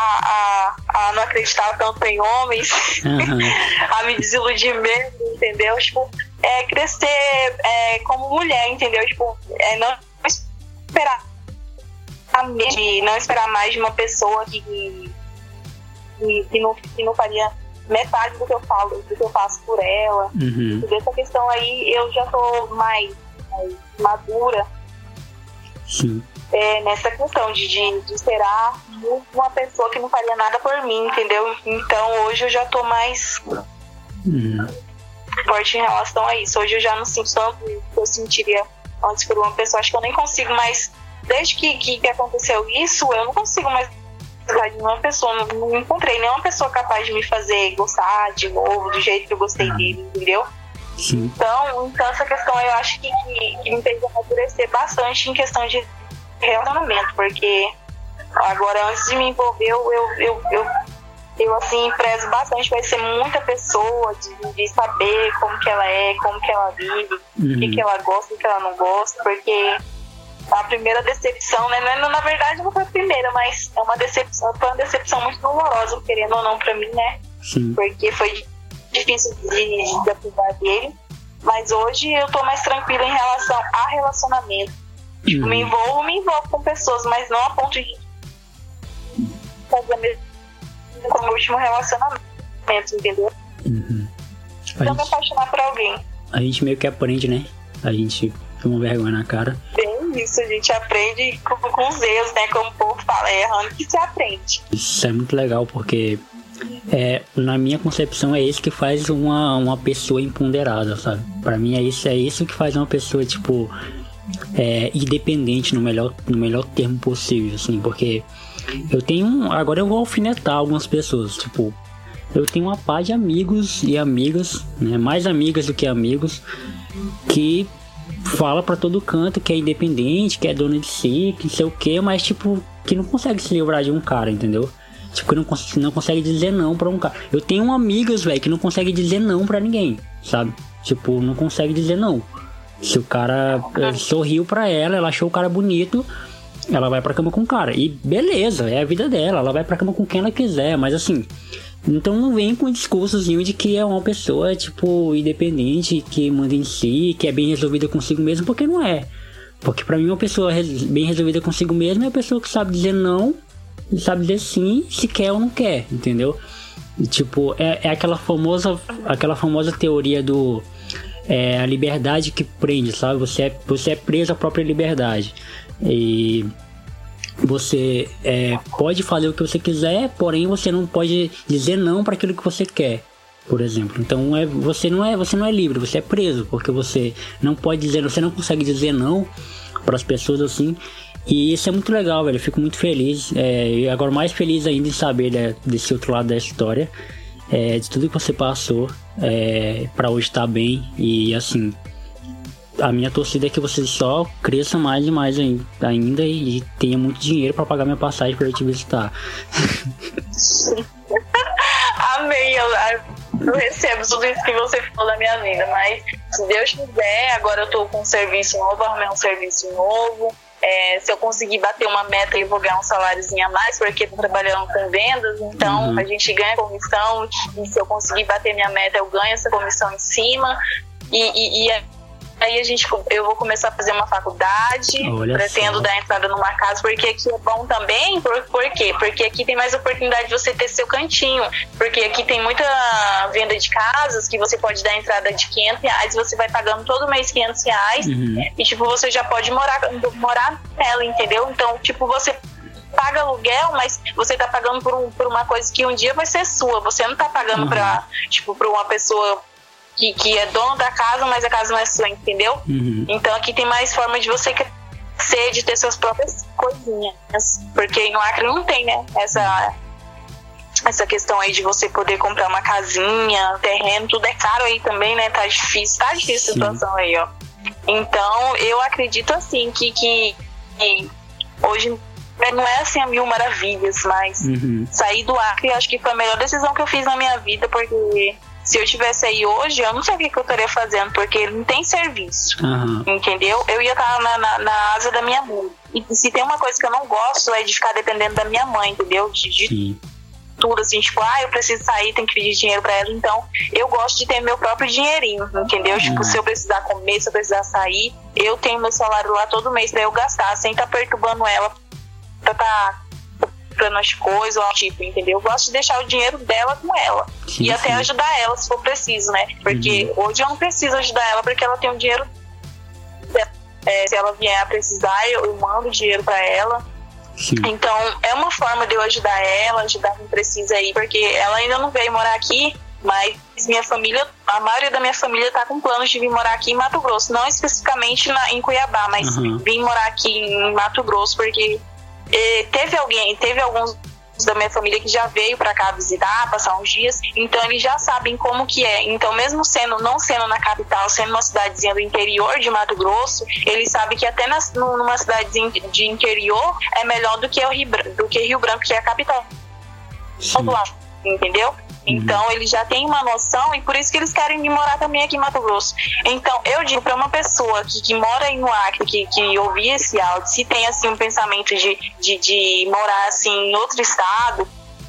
a, a, a não acreditar tanto em homens, uhum. a me desiludir mesmo, entendeu? Tipo, é crescer é, como mulher, entendeu? Tipo, é não esperar não esperar mais de uma pessoa que, que, que, não, que não faria metade do que eu falo, do que eu faço por ela. Uhum. E dessa questão aí eu já tô mais, mais madura. Sim. É, nessa questão de, de, de esperar uma pessoa que não faria nada por mim, entendeu? Então hoje eu já tô mais uhum. forte em relação a isso. Hoje eu já não sinto tanto que eu sentiria antes por uma pessoa. Acho que eu nem consigo mais, desde que, que, que aconteceu isso, eu não consigo mais de uma pessoa, não, não encontrei nenhuma pessoa capaz de me fazer gostar de novo, do jeito que eu gostei dele, entendeu? Sim. Então, então essa questão eu acho que, que, que me fez amadurecer bastante em questão de relacionamento, porque agora antes de me envolver, eu, eu, eu, eu, eu assim, prezo bastante, vai ser muita pessoa, de, de saber como que ela é, como que ela vive, uhum. o que, que ela gosta, o que ela não gosta, porque a primeira decepção, né? Na verdade não foi a primeira, mas é uma decepção, foi uma decepção muito dolorosa, querendo ou não, pra mim, né? Sim. Porque foi difícil de, de aprovar dele, mas hoje eu tô mais tranquila em relação a relacionamento. Uhum. Tipo, me envolvo, me envolvo com pessoas, mas não a ponto de fazer mesmo com o meu último relacionamento, entendeu? Uhum. Então me apaixonar por alguém. A gente meio que aprende, né? A gente toma vergonha na cara. Bem isso, a gente aprende com, com os erros, né? Como o povo fala, é errando que se aprende. Isso é muito legal, porque é, na minha concepção é isso que faz uma, uma pessoa empoderada, sabe? Pra mim é isso, é isso que faz uma pessoa, tipo, é, independente no melhor, no melhor termo possível, assim, porque eu tenho, agora eu vou alfinetar algumas pessoas, tipo, eu tenho uma pá de amigos e amigas, né, mais amigas do que amigos, que fala pra todo canto que é independente, que é dona de si, que não sei o que, mas tipo, que não consegue se livrar de um cara, entendeu? Tipo, que não, cons- não consegue dizer não pra um cara. Eu tenho amigas, velho, que não consegue dizer não pra ninguém, sabe? Tipo, não consegue dizer não. Se o cara sorriu pra ela, ela achou o cara bonito, ela vai pra cama com o cara. E beleza, é a vida dela, ela vai pra cama com quem ela quiser, mas assim, então não vem com um discursozinho de que é uma pessoa, tipo, independente, que manda em si, que é bem resolvida consigo mesmo, porque não é. Porque pra mim uma pessoa res- bem resolvida consigo mesmo é a pessoa que sabe dizer não, e sabe dizer sim, se quer ou não quer, entendeu? E, tipo, é, é aquela famosa, aquela famosa teoria do... É a liberdade que prende, sabe? Você é, você é preso à própria liberdade. E você é, pode fazer o que você quiser, porém você não pode dizer não para aquilo que você quer, por exemplo. Então é, você, não é, você não é livre, você é preso, porque você não pode dizer, você não consegue dizer não para as pessoas assim. E isso é muito legal, velho. Eu fico muito feliz. É, e agora mais feliz ainda em saber, né, desse outro lado da história, é, de tudo que você passou, é, para hoje estar bem. E assim, a minha torcida é que você só cresça mais e mais ainda e, e tenha muito dinheiro para pagar minha passagem para eu te visitar. Amém. Eu, eu recebo tudo isso que você falou da minha vida, mas se Deus quiser, agora eu tô com um serviço novo, arrumei um serviço novo. É, se eu conseguir bater uma meta, eu vou ganhar um saláriozinho a mais, porque tô trabalhando com vendas, então uhum. a gente ganha comissão, e se eu conseguir bater minha meta, eu ganho essa comissão em cima, e, e, e aí a gente, eu vou começar a fazer uma faculdade. Olha, pretendo só dar entrada numa casa, porque aqui é bom também. Por, por quê? Porque aqui tem mais oportunidade de você ter seu cantinho, porque aqui tem muita venda de casas que você pode dar entrada de quinhentos reais, você vai pagando todo mês quinhentos reais, uhum. e tipo, você já pode morar, morar nela, entendeu? Então, tipo, você paga aluguel, mas você tá pagando por, um, por uma coisa que um dia vai ser sua, você não tá pagando uhum. pra, tipo, pra uma pessoa Que, que é dono da casa, mas a casa não é sua, entendeu? Uhum. Então aqui tem mais forma de você crescer, de ter suas próprias coisinhas, porque no Acre não tem, né, essa, essa questão aí de você poder comprar uma casinha, terreno, tudo é caro aí também, né, tá difícil, tá difícil a situação aí, ó. Então eu acredito assim que, que, que hoje não é assim a mil maravilhas, mas uhum. sair do Acre acho que foi a melhor decisão que eu fiz na minha vida, porque se eu estivesse aí hoje, eu não sei o que, que eu estaria fazendo, porque não tem serviço, uhum. entendeu? Eu ia estar na, na, na asa da minha mãe. E se tem uma coisa que eu não gosto, é de ficar dependendo da minha mãe, entendeu? De, de tudo, assim, tipo, ah, eu preciso sair, tenho que pedir dinheiro pra ela. Então, eu gosto de ter meu próprio dinheirinho, entendeu? Uhum. Tipo, se eu precisar comer, se eu precisar sair, eu tenho meu salário lá todo mês pra eu gastar, sem estar tá perturbando ela pra estar tá comprando as coisas, ou tipo, entendeu? Eu gosto de deixar o dinheiro dela com ela. Sim, e até sim. ajudar ela se for preciso, né? Porque uhum. hoje eu não preciso ajudar ela porque ela tem o dinheiro dela. É, se ela vier a precisar, eu, eu mando dinheiro pra ela. Sim. Então é uma forma de eu ajudar ela, ajudar quem precisa aí, porque ela ainda não veio morar aqui, mas minha família, a maioria da minha família tá com planos de vir morar aqui em Mato Grosso, não especificamente na, em Cuiabá, mas uhum. vir morar aqui em Mato Grosso, porque eh, teve alguém, teve alguns da minha família que já veio pra cá visitar, passar uns dias, então eles já sabem como que é. Então mesmo sendo, não sendo na capital, sendo uma cidadezinha do interior de Mato Grosso, eles sabem que até nas, numa cidadezinha de interior é melhor do que o Rio, do que Rio Branco, que é a capital. Lá, entendeu? Então eles já têm uma noção e por isso que eles querem vir morar também aqui em Mato Grosso. Então eu digo para uma pessoa que, que mora aí no Acre, que, que ouvir esse áudio, se tem assim um pensamento de, de, de morar assim em outro estado,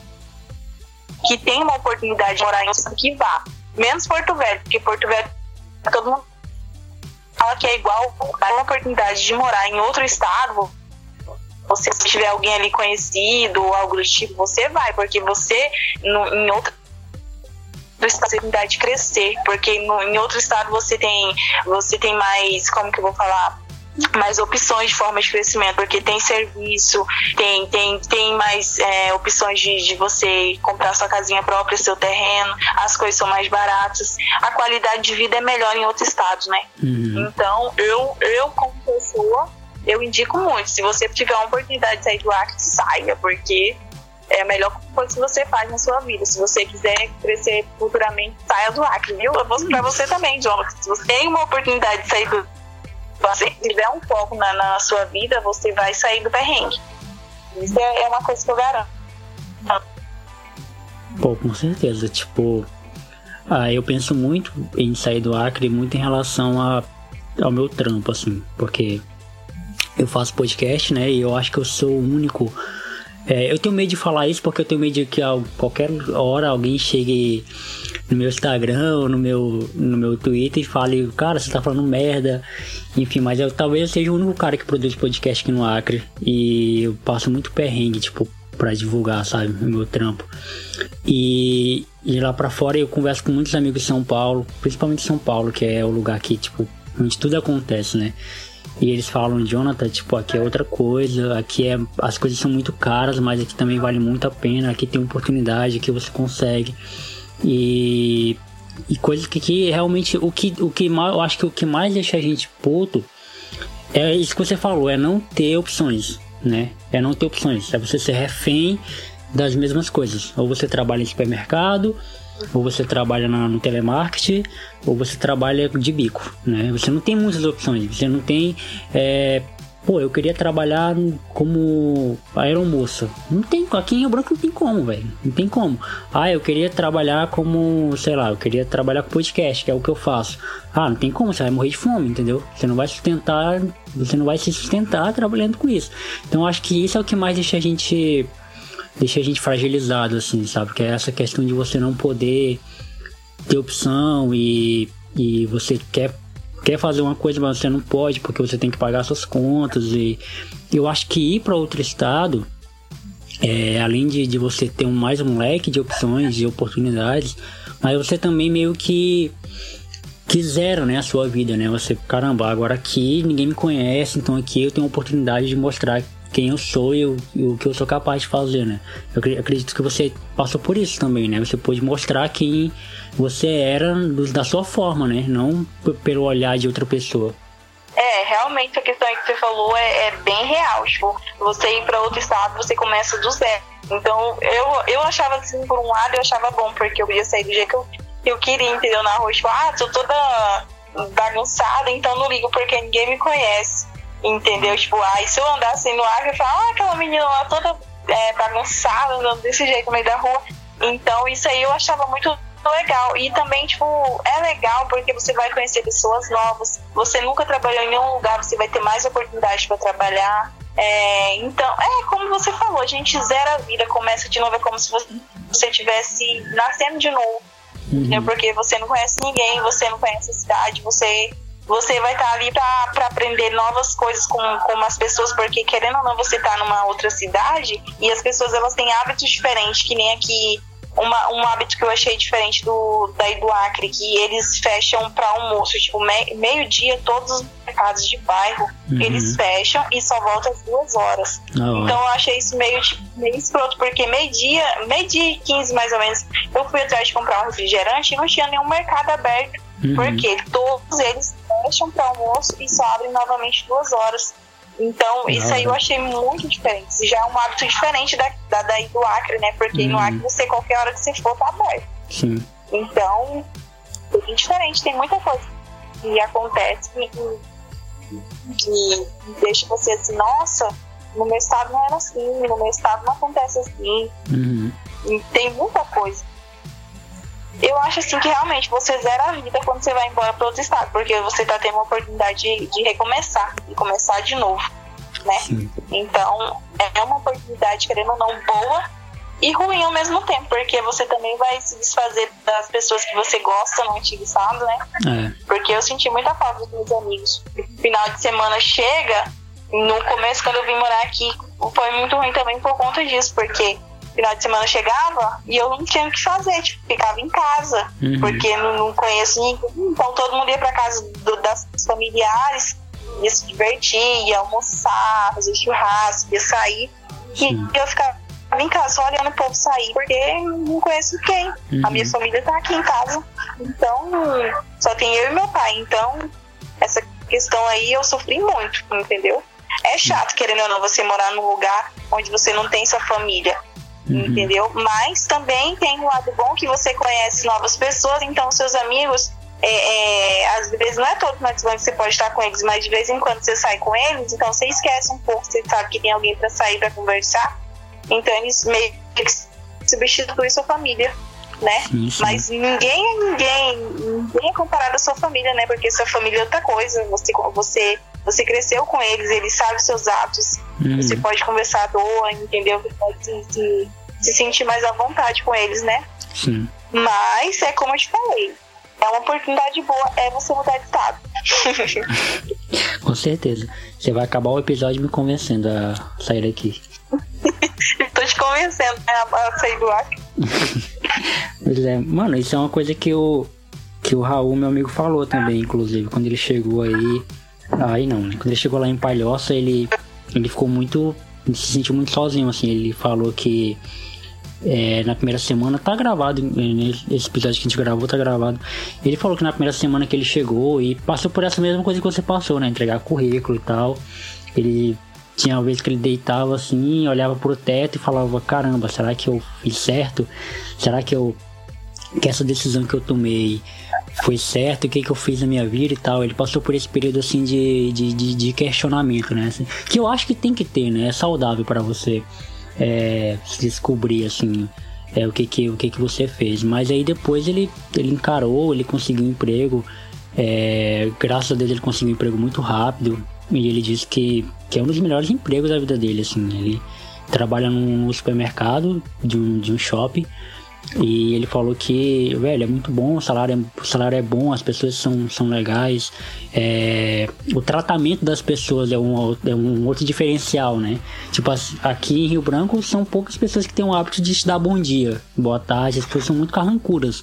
que tem uma oportunidade de morar em outro estado, que vá. Menos Porto Velho, porque Porto Velho todo mundo fala que é igual, dá uma oportunidade de morar em outro estado. Você, se tiver alguém ali conhecido ou algo do tipo, você vai, porque você no, em outro estado você tem de crescer, porque no, em outro estado você tem, você tem mais, como que eu vou falar, mais opções de forma de crescimento, porque tem serviço, tem, tem, tem mais é, opções de, de você comprar sua casinha própria, seu terreno, as coisas são mais baratas, a qualidade de vida é melhor em outro estado, né? Uhum. Então eu, eu como pessoa, eu indico muito, se você tiver uma oportunidade de sair do Acre, saia, porque é a melhor coisa que você faz na sua vida. Se você quiser crescer futuramente, saia do Acre, viu? Eu vou pra você também, Jonathan. Se você tem uma oportunidade de sair do... Se você tiver um foco na, na sua vida, você vai sair do perrengue. Isso é, é uma coisa que eu garanto. Pô, com certeza. Tipo, ah, eu penso muito em sair do Acre, muito em relação a, ao meu trampo, assim, porque eu faço podcast, né, e eu acho que eu sou o único... É, eu tenho medo de falar isso porque eu tenho medo de que a qualquer hora alguém chegue no meu Instagram ou no meu, no meu Twitter e fale, cara, você tá falando merda, enfim, mas eu talvez eu seja o único cara que produz podcast aqui no Acre e eu passo muito perrengue, tipo, pra divulgar, sabe, o meu trampo. E, e lá pra fora eu converso com muitos amigos de São Paulo, principalmente São Paulo, que é o lugar que, tipo, onde tudo acontece, né? E eles falam, Jonathan, tipo, aqui é outra coisa, aqui é, as coisas são muito caras, mas aqui também vale muito a pena, aqui tem oportunidade, aqui você consegue. E, e coisas que, que realmente, o que, o que mais, eu acho que o que mais deixa a gente puto é isso que você falou, é não ter opções, né? É não ter opções, é você ser refém das mesmas coisas. Ou você trabalha em supermercado, ou você trabalha na, no telemarketing, ou você trabalha de bico, né? Você não tem muitas opções, você não tem... É, pô, eu queria trabalhar como aeromoça. Não tem, aqui em Rio Branco não tem como, velho. Não tem como. Ah, eu queria trabalhar como, sei lá, eu queria trabalhar com podcast, que é o que eu faço. Ah, não tem como, você vai morrer de fome, entendeu? Você não vai sustentar, você não vai se sustentar trabalhando com isso. Então eu acho que isso é o que mais deixa a gente... deixa a gente fragilizado, assim, sabe? Que é essa questão de você não poder ter opção e, e você quer, quer fazer uma coisa, mas você não pode porque você tem que pagar suas contas. E eu acho que ir para outro estado, é, além de, de você ter um, mais um leque de opções, de oportunidades, mas você também meio que, que zera, né, a sua vida, né? Você, caramba, agora aqui ninguém me conhece, então aqui eu tenho a oportunidade de mostrar quem eu sou e o, e o que eu sou capaz de fazer, né? Eu acredito que você passou por isso também, né? Você pôde mostrar quem você era do, da sua forma, né? Não p- pelo olhar de outra pessoa. É, realmente a questão que você falou é, é bem real. Tipo, você ir para outro estado, você começa do zero. Então, eu, eu achava assim, por um lado, eu achava bom, porque eu ia sair do jeito que eu, que eu queria, entendeu? Na rua, tipo, ah, tô toda bagunçada, então não ligo porque ninguém me conhece. Entendeu? Tipo, aí se eu andasse no ar, eu ia falar, ah, aquela menina lá toda é, bagunçada, andando desse jeito no meio da rua. Então, isso aí eu achava muito legal. E também, tipo, é legal porque você vai conhecer pessoas novas. Você nunca trabalhou em nenhum lugar, você vai ter mais oportunidade para trabalhar. É, então, é como você falou, a gente zera a vida, começa de novo, é como se você estivesse nascendo de novo. Uhum. Né? Porque você não conhece ninguém, você não conhece a cidade, você... Você vai estar ali para aprender novas coisas com, com as pessoas, porque querendo ou não, você está numa outra cidade e as pessoas elas têm hábitos diferentes, que nem aqui, uma, um hábito que eu achei diferente do, daí do Acre, que eles fecham para almoço, tipo, me, meio-dia, todos os mercados de bairro, uhum. eles fecham e só voltam às duas horas. Oh. Então eu achei isso meio, tipo, meio escroto, porque meio-dia, meio-dia e quinze mais ou menos, eu fui atrás de comprar um refrigerante e não tinha nenhum mercado aberto, uhum. porque todos eles fecham para almoço e só abrem novamente duas horas. Então, não, isso aí eu achei muito diferente. Já é um hábito diferente da, da, daí do Acre, né? Porque hum. no Acre você, qualquer hora que você for, tá aberto. Sim. Então, é bem diferente. Tem muita coisa que acontece que, que deixa você assim, nossa, no meu estado não era assim, no meu estado não acontece assim. Uhum. E tem muita coisa. Eu acho assim que realmente você zera a vida quando você vai embora para outro estado, porque você tá tendo uma oportunidade de, de recomeçar, de começar de novo, né? Sim. Então, é uma oportunidade, querendo ou não, boa e ruim ao mesmo tempo, porque você também vai se desfazer das pessoas que você gosta no antigo estado, né? É. Porque eu senti muita falta dos meus amigos. Final de semana chega, no começo, quando eu vim morar aqui, foi muito ruim também por conta disso, porque final de semana chegava e eu não tinha o que fazer, tipo, ficava em casa, uhum. porque não, não conheço ninguém, então todo mundo ia pra casa do, das familiares, ia se divertir, ia almoçar, fazer churrasco, ia sair, Sim. e eu ficava em casa só olhando o povo sair, porque não conheço quem, uhum. a minha família tá aqui em casa, então só tem eu e meu pai, então essa questão aí eu sofri muito, entendeu? É chato, querendo ou não, você morar num lugar onde você não tem sua família, Uhum. entendeu? Mas também tem um lado bom que você conhece novas pessoas, então seus amigos, é, é, às vezes não é todo final de semana que você pode estar com eles, mas de vez em quando você sai com eles, então você esquece um pouco, você sabe que tem alguém para sair, para conversar, então eles meio que substituem sua família, né? Sim, sim. Mas ninguém é ninguém, ninguém é comparado à sua família, né? Porque sua família é outra coisa, você, você, você cresceu com eles, eles sabem seus atos, Hum. você pode conversar à toa, entendeu? Você pode se, se, se sentir mais à vontade com eles, né? Sim. Mas é como eu te falei, é uma oportunidade boa, é você mudar de estado. Com certeza. Você vai acabar o episódio me convencendo a sair daqui. Tô te convencendo, né, a sair do Acre. Pois é, mano, isso é uma coisa que o, que o Raul, meu amigo, falou também, inclusive, quando ele chegou aí. Aí não, quando ele chegou lá em Palhoça, ele, ele ficou muito, ele se sentiu muito sozinho, assim, ele falou que é, na primeira semana, tá gravado, esse episódio que a gente gravou tá gravado, ele falou que na primeira semana que ele chegou e passou por essa mesma coisa que você passou, né, entregar currículo e tal, ele tinha uma vez que ele deitava assim, olhava pro teto e falava, caramba, será que eu fiz certo? Será que eu que essa decisão que eu tomei foi certo? O que que eu fiz na minha vida e tal? Ele passou por esse período assim de, de, de, de questionamento, né? Assim, que eu acho que tem que ter, né? É saudável para você é, se descobrir assim é, o, que que, o que que você fez. Mas aí depois ele, ele encarou, ele conseguiu um emprego. É, graças a Deus ele conseguiu um emprego muito rápido. E ele disse que, que é um dos melhores empregos da vida dele, assim. Ele trabalha num supermercado de um, de um shopping. E ele falou que, velho, é muito bom, o salário é, o salário é bom, as pessoas são, são legais, é, o tratamento das pessoas é um, é um outro diferencial, né? Tipo, aqui em Rio Branco são poucas pessoas que têm o hábito de te dar bom dia, boa tarde, as pessoas são muito carrancudas.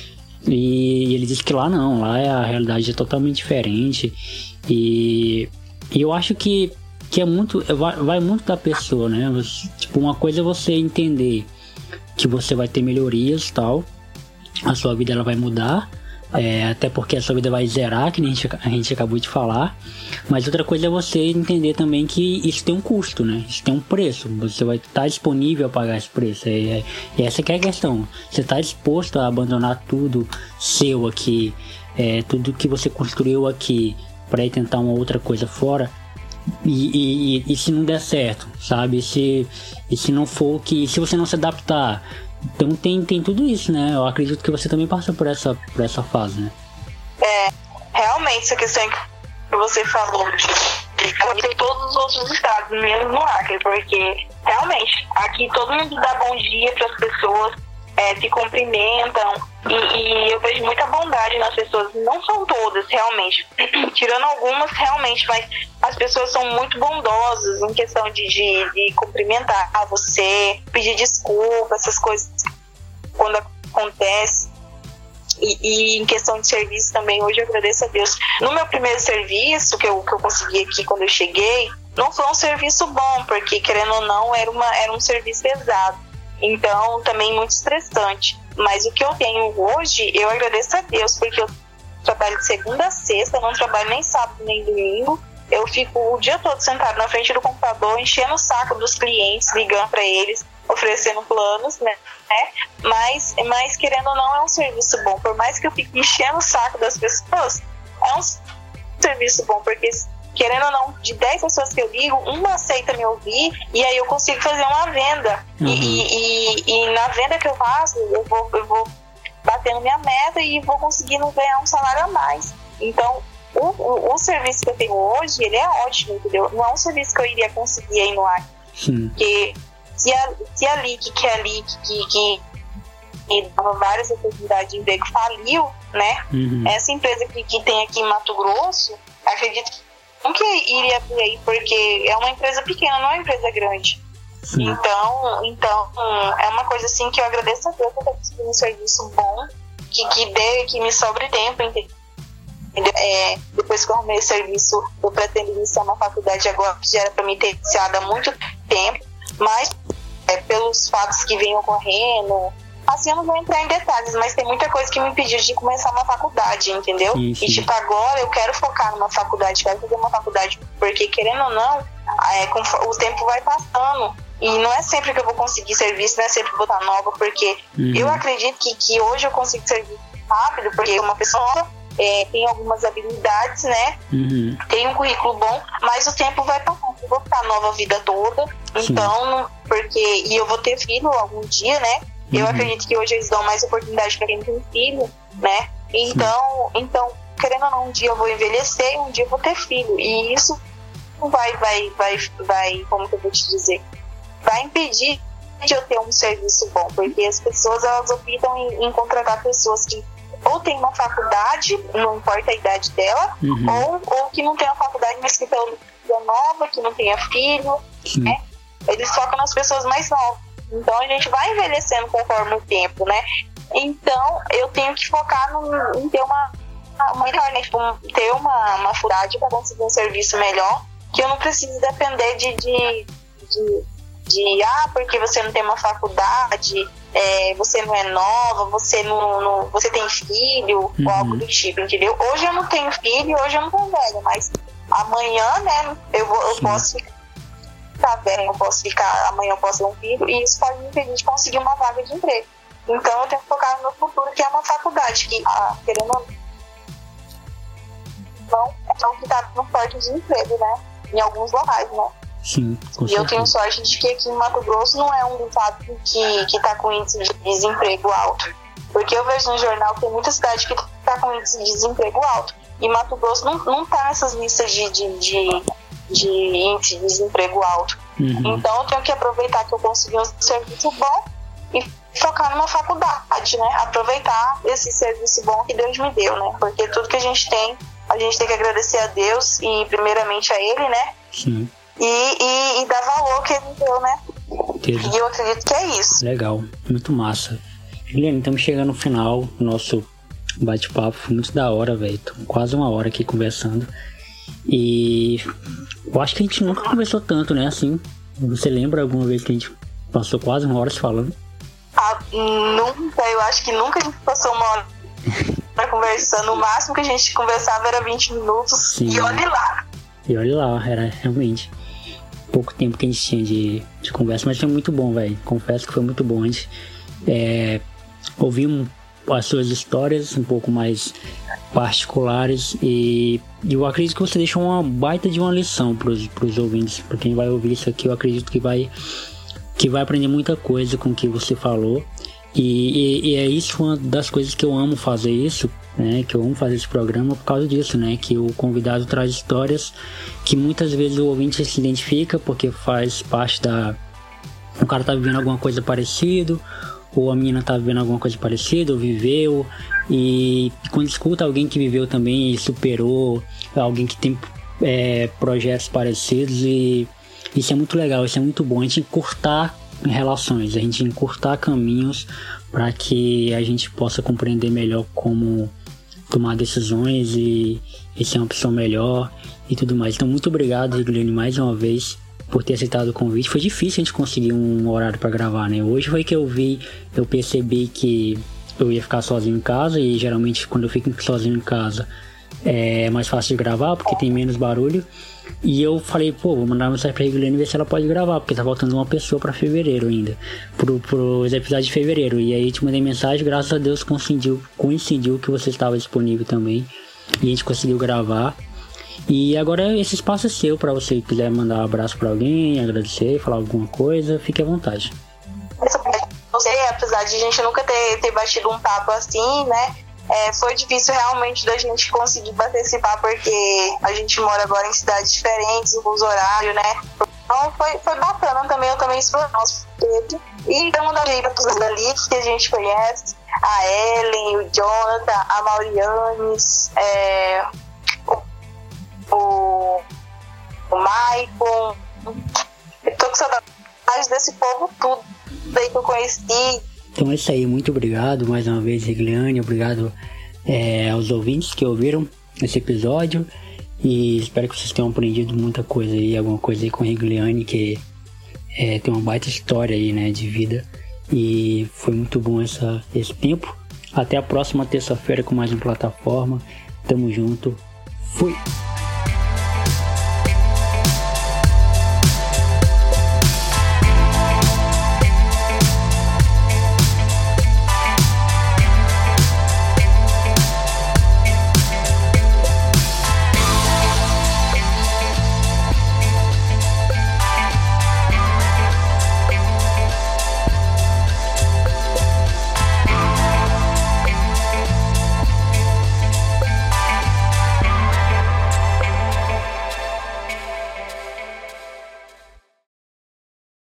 E ele disse que lá não, lá é, a realidade é totalmente diferente. E, e eu acho que, que é muito, vai, vai muito da pessoa, né? Você, tipo, uma coisa é você entender que você vai ter melhorias e tal, a sua vida ela vai mudar, é, até porque a sua vida vai zerar, que nem a gente, a gente acabou de falar, mas outra coisa é você entender também que isso tem um custo, né? Isso tem um preço, você vai estar disponível a pagar esse preço, e, e essa que é a questão, você está disposto a abandonar tudo seu aqui, é, tudo que você construiu aqui para ir tentar uma outra coisa fora? E, e, e se não der certo, sabe? E se, e se não for que. Se você não se adaptar. Então tem, tem tudo isso, né? Eu acredito que você também passa por essa, por essa fase, né? É, realmente, essa questão que você falou de, de, de todos os outros estados, mesmo no Acre, porque realmente, aqui todo mundo dá bom dia para as pessoas, é, se cumprimentam, e, e eu vejo muita bondade nas pessoas. Não são todas, realmente, tirando algumas, realmente, mas as pessoas são muito bondosas em questão de, de, de cumprimentar você, pedir desculpa, essas coisas quando acontece. E, e em questão de serviço também, hoje eu agradeço a Deus. No meu primeiro serviço que eu, que eu consegui aqui quando eu cheguei, não foi um serviço bom, porque querendo ou não, era, uma, era um serviço pesado. Então, também muito estressante. Mas o que eu tenho hoje, eu agradeço a Deus, porque eu trabalho de segunda a sexta, não trabalho nem sábado nem domingo. Eu fico o dia todo sentado na frente do computador, enchendo o saco dos clientes, ligando para eles, oferecendo planos, né? Mas, mas, querendo ou não, é um serviço bom. Por mais que eu fique enchendo o saco das pessoas, é um serviço bom, porque, querendo ou não, de dez pessoas que eu ligo, uma aceita me ouvir e aí eu consigo fazer uma venda. Uhum. E, e, e na venda que eu faço, eu vou, eu vou batendo minha meta e vou conseguindo ganhar um salário a mais. Então, o, o, o serviço que eu tenho hoje, ele é ótimo, entendeu? Não é um serviço que eu iria conseguir aí no ar. Sim. Porque se a, se a L I C, que é a L I C, que, que, que dava várias oportunidades de emprego, faliu, né? Uhum. Essa empresa que, que tem aqui em Mato Grosso, acredito que não que iria por aí, porque é uma empresa pequena, não é uma empresa grande. Sim. Então, então, é uma coisa assim que eu agradeço a Deus por ter conseguido um serviço bom, que, que dê, que me sobre tempo, entendeu? É, depois que eu arrumei o serviço, eu pretendo iniciar uma faculdade agora, que já era para mim ter iniciado há muito tempo, mas é, pelos fatos que vêm ocorrendo, assim, eu não vou entrar em detalhes, mas tem muita coisa que me impediu de começar uma faculdade, entendeu? Sim, sim. E tipo, agora eu quero focar numa faculdade, quero fazer uma faculdade, porque querendo ou não, é, com, o tempo vai passando e não é sempre que eu vou conseguir serviço, não é sempre que eu vou estar nova, porque uhum. eu acredito que, que hoje eu consigo serviço rápido, porque uma pessoa é, tem algumas habilidades, né? Uhum. Tem um currículo bom, mas o tempo vai passando, eu vou ficar nova a vida toda, então, sim. porque, e eu vou ter filho algum dia, né? Eu uhum. acredito que hoje eles dão mais oportunidade para quem tem filho, né? Então, então, querendo ou não, um dia eu vou envelhecer, um dia eu vou ter filho. E isso vai, vai, vai, vai, como que eu vou te dizer? Vai impedir de eu ter um serviço bom, porque as pessoas, elas optam em, em contratar pessoas que ou tem uma faculdade, não importa a idade dela, uhum. ou, ou que não tem uma faculdade, mas que é nova, que não tenha filho, sim. né? Eles focam nas pessoas mais novas. Então a gente vai envelhecendo conforme o tempo, né? Então eu tenho que focar no, em ter uma, melhor, né? Tipo, ter uma, uma faculdade para conseguir um serviço melhor, que eu não preciso depender de, de, de, de ah, porque você não tem uma faculdade, é, você não é nova, você não, não você tem filho, uhum. ou algo do tipo, entendeu? Hoje eu não tenho filho, hoje eu não tô velha, mas amanhã, né, eu, vou, eu posso ficar velha, eu posso ficar, amanhã eu posso ter um filho, e isso pode me impedir de conseguir uma vaga de emprego. Então eu tenho que focar no meu futuro, que é uma faculdade, que, ah, querendo ou não, é o que está no porte de emprego, né? Em alguns locais, né? Sim, com e certeza. eu tenho sorte de que aqui em Mato Grosso não é um estado que, que tá com índice de desemprego alto. Porque eu vejo no jornal que tem muita cidade que tá com índice de desemprego alto. E Mato Grosso não, não tá nessas listas de, de, de, de índice de desemprego alto. Uhum. Então eu tenho que aproveitar que eu consegui um serviço bom e focar numa faculdade, né? Aproveitar esse serviço bom que Deus me deu, né? Porque tudo que a gente tem, a gente tem que agradecer a Deus e primeiramente a Ele, né? Sim. E, e, e dar valor que Ele deu, né? Entendi. E eu acredito que é isso. Legal, muito massa. Juliane, estamos chegando no final do nosso bate-papo, foi muito da hora, velho. Quase uma hora aqui conversando. E eu acho que a gente nunca conversou tanto, né? Assim, você lembra alguma vez que a gente passou quase uma hora se falando? Ah, nunca, eu acho que nunca a gente passou uma hora conversando. O máximo que a gente conversava era vinte minutos. Sim. E olhe lá. E olhe lá, era realmente pouco tempo que a gente tinha de, de conversa, mas foi muito bom, velho. Confesso que foi muito bom. A gente é, ouviu um, as suas histórias um pouco mais particulares e, e eu acredito que você deixou uma baita de uma lição para os ouvintes, para quem vai ouvir isso aqui. Eu acredito que vai, que vai aprender muita coisa com o que você falou. E, e, e é isso uma das coisas que eu amo fazer isso, né? Que eu amo fazer esse programa por causa disso, né? Que o convidado traz histórias que muitas vezes o ouvinte se identifica porque faz parte da... O cara tá vivendo alguma coisa parecida, ou a menina tá vivendo alguma coisa parecida, ou viveu, e, e quando escuta alguém que viveu também e superou, alguém que tem é, projetos parecidos, e isso é muito legal, isso é muito bom, a gente encurtar relações, a gente encurtar caminhos para que a gente possa compreender melhor como tomar decisões e, e ser uma pessoa melhor e tudo mais. Então muito obrigado, Rigliane, mais uma vez por ter aceitado o convite. Foi difícil a gente conseguir um horário para gravar, né? Hoje foi que eu vi, eu percebi que eu ia ficar sozinho em casa, e geralmente quando eu fico sozinho em casa é mais fácil de gravar porque tem menos barulho. E eu falei, pô, vou mandar uma mensagem pra Rigliane e ver se ela pode gravar, porque tá faltando uma pessoa pra fevereiro ainda, pro, pros episódios de fevereiro. E aí te mandei mensagem, graças a Deus coincidiu, coincidiu que você estava disponível também, e a gente conseguiu gravar. E agora esse espaço é seu, pra você que quiser mandar um abraço pra alguém, agradecer, falar alguma coisa, fique à vontade. Não sei, apesar de a gente nunca ter, ter batido um papo assim, né? É, foi difícil realmente da gente conseguir participar, porque a gente mora agora em cidades diferentes, no uso horário, né? Então foi, foi bacana também, eu também explorei o nosso peito. E estamos aí para todos ali que a gente conhece, a Ellen, o Jonathan, a Maurianes, é, o, o, o Maicon. Eu tô com saudade desse povo tudo daí que eu conheci. Então é isso aí, muito obrigado mais uma vez, Rigliane, obrigado é, aos ouvintes que ouviram esse episódio, e espero que vocês tenham aprendido muita coisa aí, alguma coisa aí com a Rigliane, que é, tem uma baita história aí, né, de vida, e foi muito bom essa, esse tempo. Até a próxima terça-feira com mais uma plataforma, tamo junto, fui!